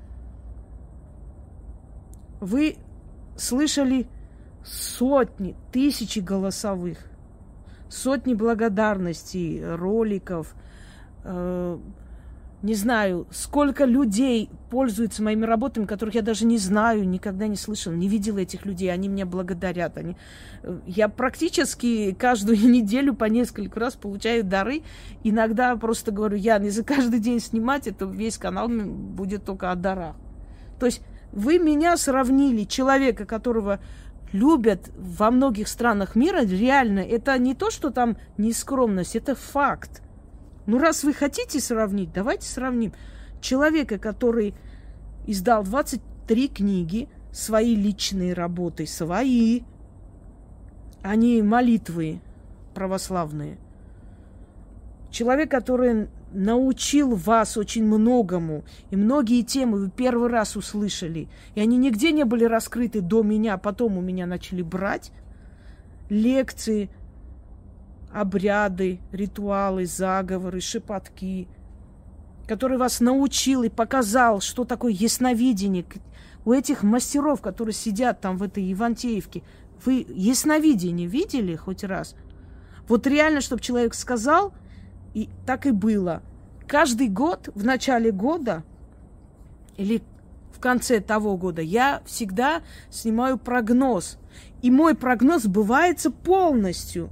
Вы слышали сотни, тысячи голосовых, сотни благодарностей, роликов. Э, не знаю, сколько людей пользуются моими работами, которых я даже не знаю, никогда не слышала, не видела этих людей. Они меня благодарят. Они... Я практически каждую неделю по несколько раз получаю дары. Иногда просто говорю, Ян, если каждый день снимать, это весь канал будет только о дарах. То есть вы меня сравнили, человека, которого любят во многих странах мира, реально, это не то, что там нескромность, это факт. Ну, раз вы хотите сравнить, давайте сравним. Человека, который издал двадцать три книги, свои личные работы, свои, а не молитвы православные. Человек, который научил вас очень многому, и многие темы вы первый раз услышали, и они нигде не были раскрыты до меня, потом у меня начали брать лекции, обряды, ритуалы, заговоры, шепотки, который вас научил и показал, что такое ясновидение. У этих мастеров, которые сидят там в этой Ивантеевке, вы ясновидение видели хоть раз? Вот реально, чтобы человек сказал, и так и было. Каждый год, в начале года или в конце того года, я всегда снимаю прогноз. И мой прогноз сбывается полностью.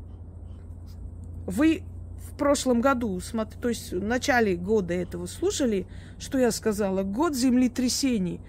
Вы в прошлом году, то есть в начале года этого слушали, что я сказала? Год землетрясений.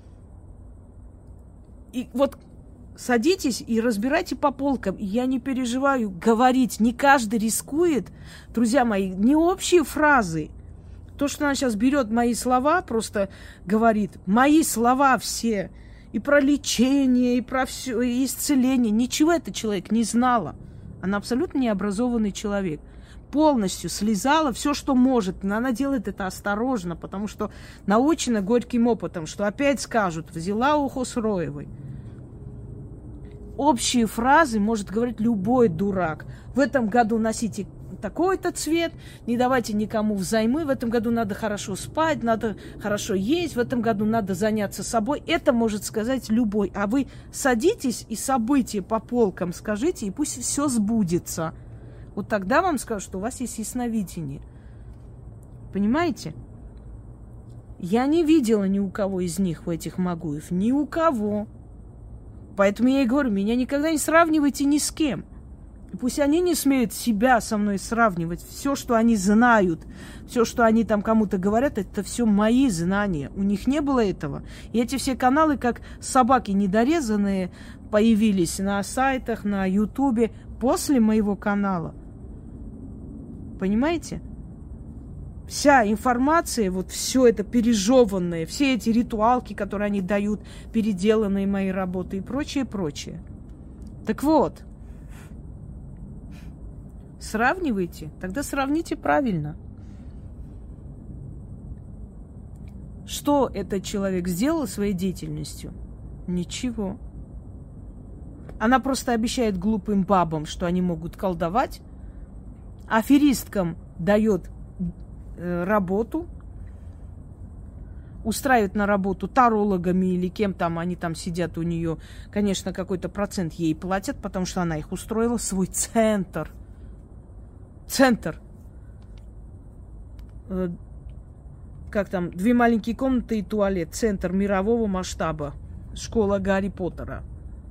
И вот садитесь и разбирайте по полкам. И я не переживаю говорить. Не каждый рискует, друзья мои, не общие фразы. То, что она сейчас берет мои слова, просто говорит. Мои слова все. И про лечение, и про все, и исцеление. Ничего этот человек не знала. Она абсолютно необразованный человек. Полностью слезала все, что может. Но она делает это осторожно, потому что научена горьким опытом, что опять скажут, взяла у Хосроевой. Общие фразы может говорить любой дурак. В этом году носите такой-то цвет, не давайте никому взаймы, в этом году надо хорошо спать, надо хорошо есть, в этом году надо заняться собой. Это может сказать любой. А вы садитесь и события по полкам скажите, и пусть все сбудется. Вот тогда вам скажут, что у вас есть ясновидение. Понимаете? Я не видела ни у кого из них, у этих Магуев, ни у кого. Поэтому я и говорю, меня никогда не сравнивайте ни с кем. И пусть они не смеют себя со мной сравнивать. Все, что они знают, все, что они там кому-то говорят, это все мои знания. У них не было этого. И эти все каналы, как собаки недорезанные, появились на сайтах, на Ютубе после моего канала. Понимаете? Вся информация, вот все это пережеванное, все эти ритуалки, которые они дают, переделанные мои работы и прочее, прочее. Так вот, сравнивайте, тогда сравните правильно. Что этот человек сделал своей деятельностью? Ничего. Она просто обещает глупым бабам, что они могут колдовать, аферисткам дает работу, устраивает на работу тарологами или кем там они там сидят у нее. Конечно, какой-то процент ей платят, потому что она их устроила, свой центр. Центр. Как там, две маленькие комнаты и туалет. Центр мирового масштаба. Школа Гарри Поттера.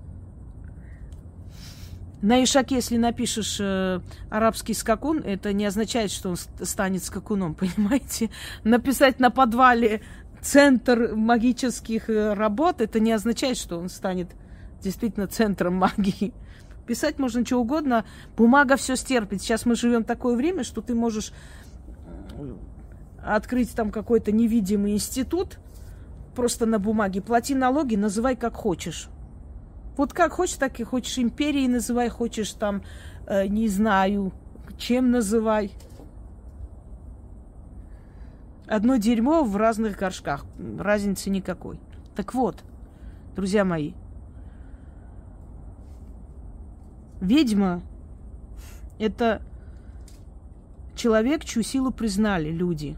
На ишаке, если напишешь э, арабский скакун, это не означает, что он станет скакуном, понимаете? Написать на подвале центр магических э, работ, это не означает, что он станет действительно центром магии. Писать можно что угодно, бумага все стерпит. Сейчас мы живем в такое время, что ты можешь открыть там какой-то невидимый институт просто на бумаге, плати налоги, называй как хочешь. Вот как хочешь, так и хочешь. Империей называй, хочешь там, э, не знаю, чем называй. Одно дерьмо в разных горшках. Разницы никакой. Так вот, друзья мои. Ведьма – это человек, чью силу признали люди.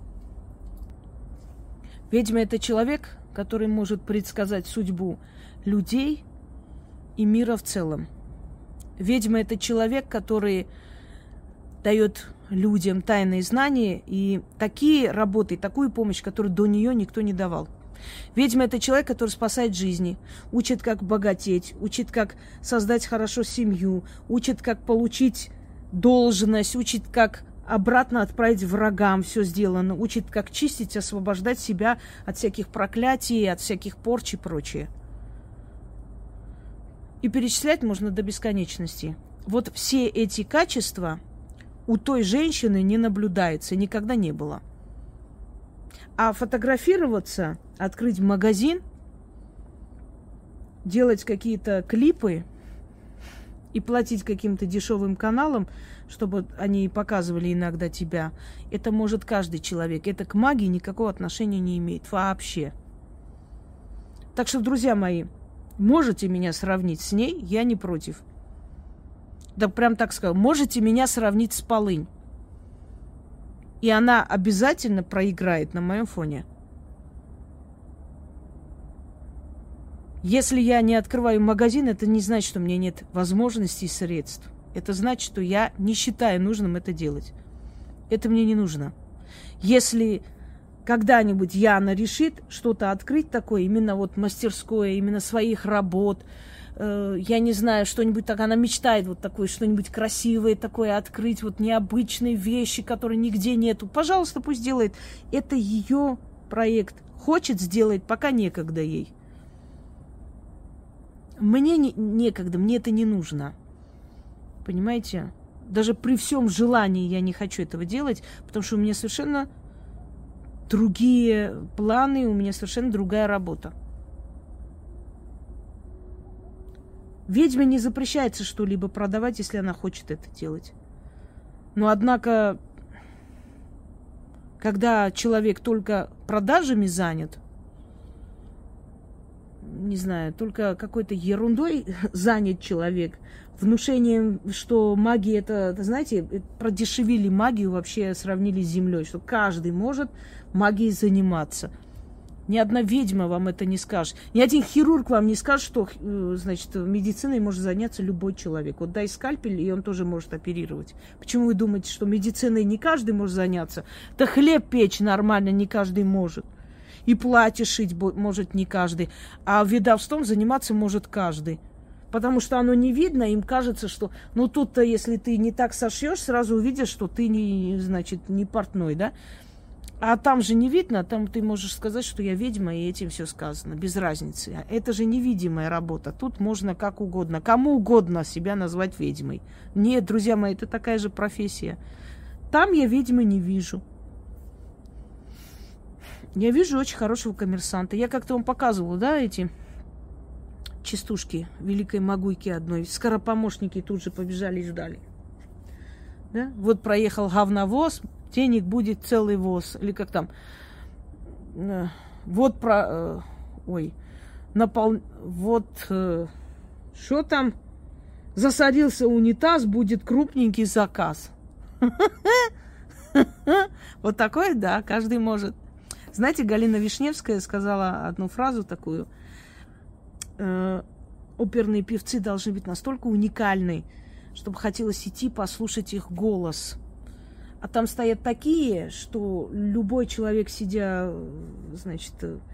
Ведьма – это человек, который может предсказать судьбу людей и мира в целом. Ведьма – это человек, который дает людям тайные знания и такие работы, такую помощь, которую до нее никто не давал. Ведьма – это человек, который спасает жизни, учит, как богатеть, учит, как создать хорошо семью, учит, как получить должность, учит, как обратно отправить врагам все сделано, учит, как чистить, освобождать себя от всяких проклятий, от всяких порч и прочее. И перечислять можно до бесконечности. Вот все эти качества у той женщины не наблюдается, никогда не было. А фотографироваться, открыть магазин, делать какие-то клипы и платить каким-то дешевым каналам, чтобы они показывали иногда тебя, это может каждый человек. Это к магии никакого отношения не имеет вообще. Так что, друзья мои, можете меня сравнить с ней, я не против. Да прям так скажу, можете меня сравнить с Полынь. И она обязательно проиграет на моем фоне. Если я не открываю магазин, это не значит, что у меня нет возможностей и средств. Это значит, что я не считаю нужным это делать. Это мне не нужно. Если когда-нибудь Яна решит что-то открыть такое, именно вот мастерское, именно своих работ, э, я не знаю, что-нибудь так, она мечтает вот такое, что-нибудь красивое такое открыть, вот необычные вещи, которые нигде нету. Пожалуйста, пусть делает. Это ее проект. Хочет, сделает, пока некогда ей. Мне не, некогда, мне это не нужно. Понимаете? Даже при всем желании я не хочу этого делать, потому что у меня совершенно другие планы, у меня совершенно другая работа. Ведьме не запрещается что-либо продавать, если она хочет это делать. Но, однако, когда человек только продажами занят, не знаю, только какой-то ерундой занят человек, внушением, что магия это, знаете, продешевили магию, вообще сравнили с землей, что каждый может магией заниматься. Ни одна ведьма вам это не скажет. Ни один хирург вам не скажет, что, значит, медициной может заняться любой человек. Вот дай скальпель, и он тоже может оперировать. Почему вы думаете, что медициной не каждый может заняться? Да хлеб печь нормально не каждый может. И платье шить может не каждый. А ведовством заниматься может каждый. Потому что оно не видно, им кажется, что... Ну, тут-то, если ты не так сошьешь, сразу увидишь, что ты, не, значит, не портной, да? А там же не видно, там ты можешь сказать, что я ведьма, и этим все сказано, без разницы. Это же невидимая работа. Тут можно как угодно, кому угодно себя назвать ведьмой. Нет, друзья мои, это такая же профессия. Там я ведьмы не вижу. Я вижу очень хорошего коммерсанта. Я как-то вам показывала, да, эти... частушки великой Магуйки одной. Скоропомощники тут же побежали и ждали. Да? Вот проехал говновоз, денег будет целый воз. Или как там? Вот про... Ой. Напол... Вот... Что там? Засорился унитаз, будет крупненький заказ. Вот такое, да, каждый может. Знаете, Галина Вишневская сказала одну фразу такую. Оперные певцы должны быть настолько уникальны, чтобы хотелось идти послушать их голос. А там стоят такие, что любой человек, сидя, значит,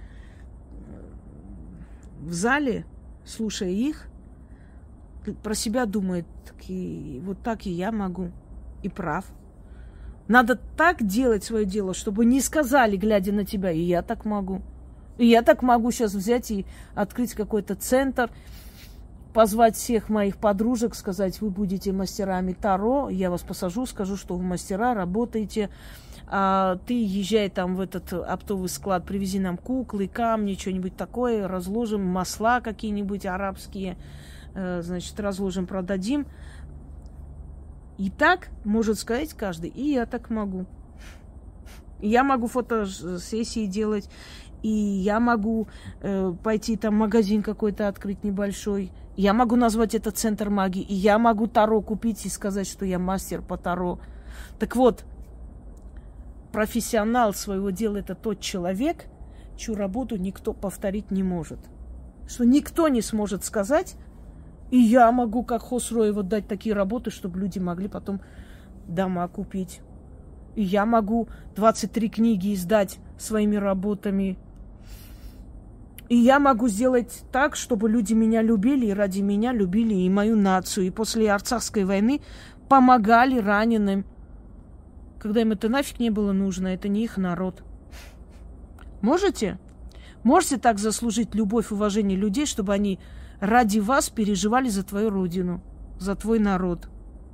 в зале, слушая их, про себя думает, и вот так и я могу, и прав. Надо так делать свое дело, чтобы не сказали, глядя на тебя, и я так могу. И я так могу сейчас взять и открыть какой-то центр, позвать всех моих подружек, сказать, вы будете мастерами Таро, я вас посажу, скажу, что вы мастера, работаете, а ты езжай там в этот оптовый склад, привези нам куклы, камни, что-нибудь такое, разложим, масла какие-нибудь арабские, значит, разложим, продадим. И так может сказать каждый, и я так могу. Я могу фотосессии делать, и я могу э, пойти там магазин какой-то открыть небольшой. Я могу назвать это центр магии. И я могу Таро купить и сказать, что я мастер по Таро. Так вот, профессионал своего дела – это тот человек, чью работу никто повторить не может. Что никто не сможет сказать, и я могу, как Хосроева, дать такие работы, чтобы люди могли потом дома купить. И я могу двадцать три книги издать своими работами. И я могу сделать так, чтобы люди меня любили, и ради меня любили и мою нацию. И после Арцахской войны помогали раненым, когда им это нафиг не было нужно, это не их народ. Можете? Можете так заслужить любовь и уважение людей, чтобы они ради вас переживали за твою родину, за твой народ.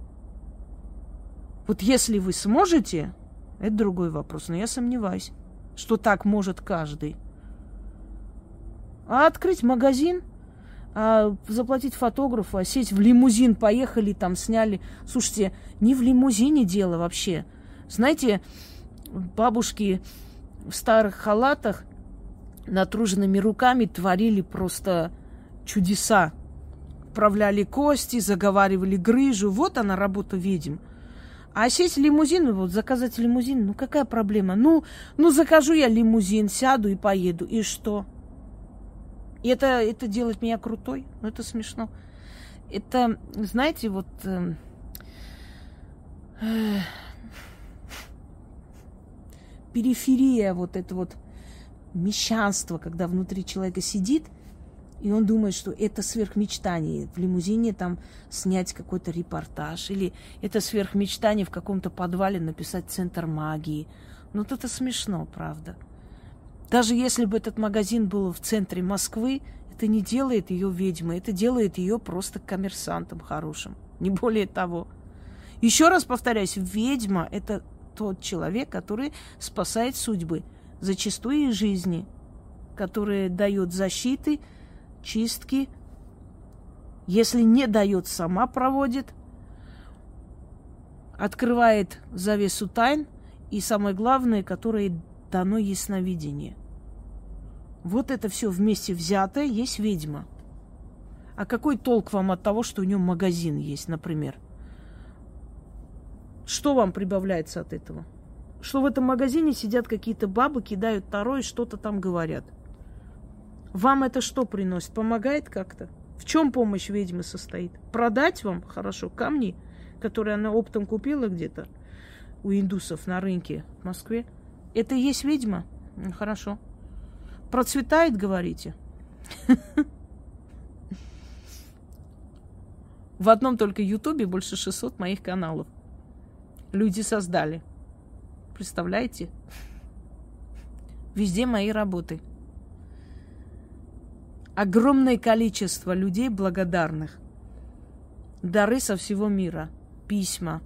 Вот если вы сможете, это другой вопрос, но я сомневаюсь, что так может каждый. А открыть магазин, а заплатить фотографу, а сесть в лимузин, поехали там, сняли. Слушайте, не в лимузине дело вообще. Знаете, бабушки в старых халатах натруженными руками творили просто чудеса. Вправляли кости, заговаривали грыжу. Вот она, работа ведьм. А сесть в лимузин, вот заказать лимузин, ну какая проблема? Ну, ну закажу я лимузин, сяду и поеду. И что? И это, это делает меня крутой? Ну это смешно. Это, знаете, вот... Э, э, периферия, вот это вот мещанство, когда внутри человека сидит, и он думает, что это сверхмечтание. В лимузине там снять какой-то репортаж. Или это сверхмечтание в каком-то подвале написать центр магии. Ну, вот это смешно, правда. Даже если бы этот магазин был в центре Москвы, это не делает ее ведьмой. Это делает ее просто коммерсантом хорошим. Не более того. Еще раз повторяюсь, ведьма – это тот человек, который спасает судьбы. Зачастую и жизни. Который дает защиты, чистки. Если не дает, сама проводит. Открывает завесу тайн. И самое главное, которое дано ясновидение. Вот это все вместе взятое есть ведьма. А какой толк вам от того, что у нее магазин есть, например? Что вам прибавляется от этого? Что в этом магазине сидят какие-то бабы, кидают таро и что-то там говорят. Вам это что приносит? Помогает как-то? В чем помощь ведьмы состоит? Продать вам, хорошо, камни, которые она оптом купила где-то у индусов на рынке в Москве. Это и есть ведьма? Ну, хорошо. Процветает, говорите? В одном только Ютубе больше шестисот моих каналов. Люди создали. Представляете? Везде мои работы. Огромное количество людей благодарных. Дары со всего мира. Письма.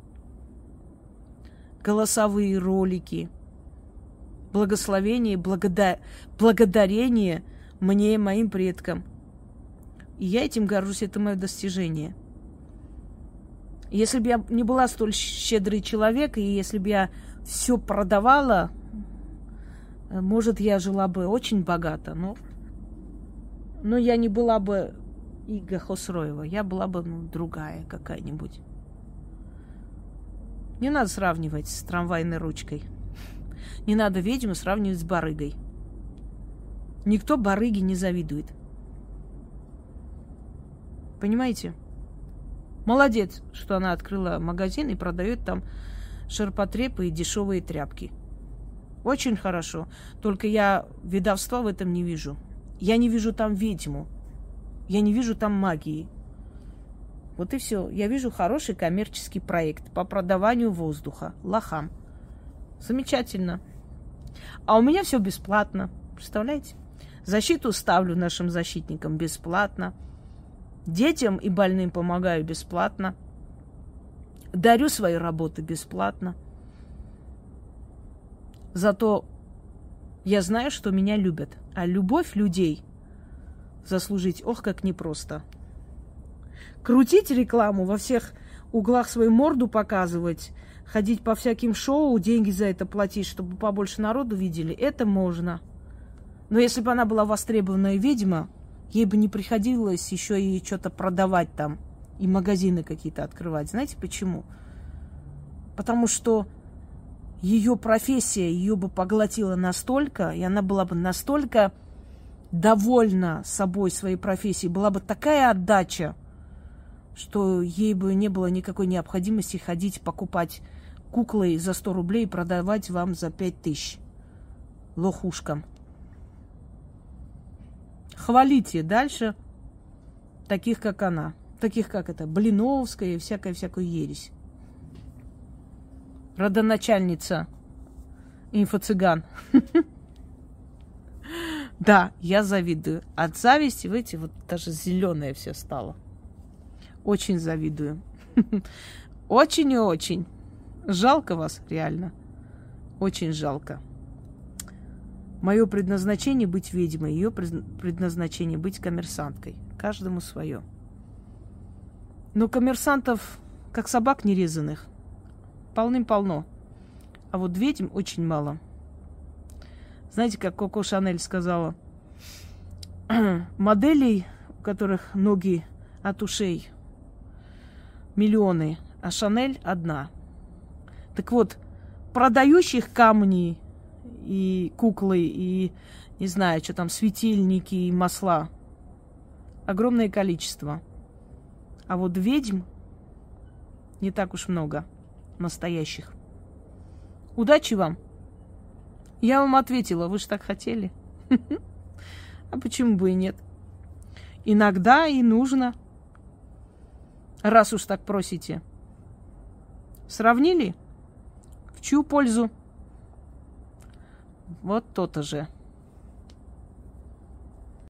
Голосовые ролики. Благословение, благода... благодарение мне и моим предкам. И я этим горжусь, это мое достижение. Если бы я не была столь щедрый человек, и если бы я все продавала, может, я жила бы очень богато, но, но я не была бы Ига Хосроева, я была бы ну, другая какая-нибудь. Не надо сравнивать с трамвайной ручкой. Не надо ведьму сравнивать с барыгой. Никто барыге не завидует. Понимаете? Молодец, что она открыла магазин и продает там ширпотребы и дешевые тряпки. Очень хорошо. Только я ведовства в этом не вижу. Я не вижу там ведьму. Я не вижу там магии. Вот и все. Я вижу хороший коммерческий проект по продаванию воздуха лохам. Замечательно. А у меня все бесплатно. Представляете? Защиту ставлю нашим защитникам бесплатно. Детям и больным помогаю бесплатно. Дарю свои работы бесплатно. Зато я знаю, что меня любят. А любовь людей заслужить, ох, как непросто. Крутить рекламу, во всех углах свою морду показывать, ходить по всяким шоу, деньги за это платить, чтобы побольше народу видели, это можно. Но если бы она была востребованная ведьма, ей бы не приходилось еще и что-то продавать там, и магазины какие-то открывать. Знаете почему? Потому что ее профессия ее бы поглотила настолько, и она была бы настолько довольна собой, своей профессией, была бы такая отдача, что ей бы не было никакой необходимости ходить покупать куклы за сто рублей и продавать вам за пять тысяч лохушкам. Хвалите дальше таких, как она. Таких, как это, Блиновская и всякая-всякую ересь. Родоначальница инфо-цыган. Да, я завидую. От зависти, видите, вот даже зеленая вся стала. Очень завидую. Очень и очень. Жалко вас, реально. Очень жалко. Мое предназначение быть ведьмой, ее предназначение быть коммерсанткой. Каждому свое. Но коммерсантов, как собак нерезанных, полным-полно. А вот ведьм очень мало. Знаете, как Коко Шанель сказала, моделей, у которых ноги от ушей, миллионы, а Шанель одна. Так вот, продающих камни и куклы, и, не знаю, что там, светильники и масла огромное количество. А вот ведьм не так уж много настоящих. Удачи вам! Я вам ответила, вы же так хотели. А почему бы и нет? Иногда и нужно. Раз уж так просите. Сравнили? В чью пользу? Вот то-то же.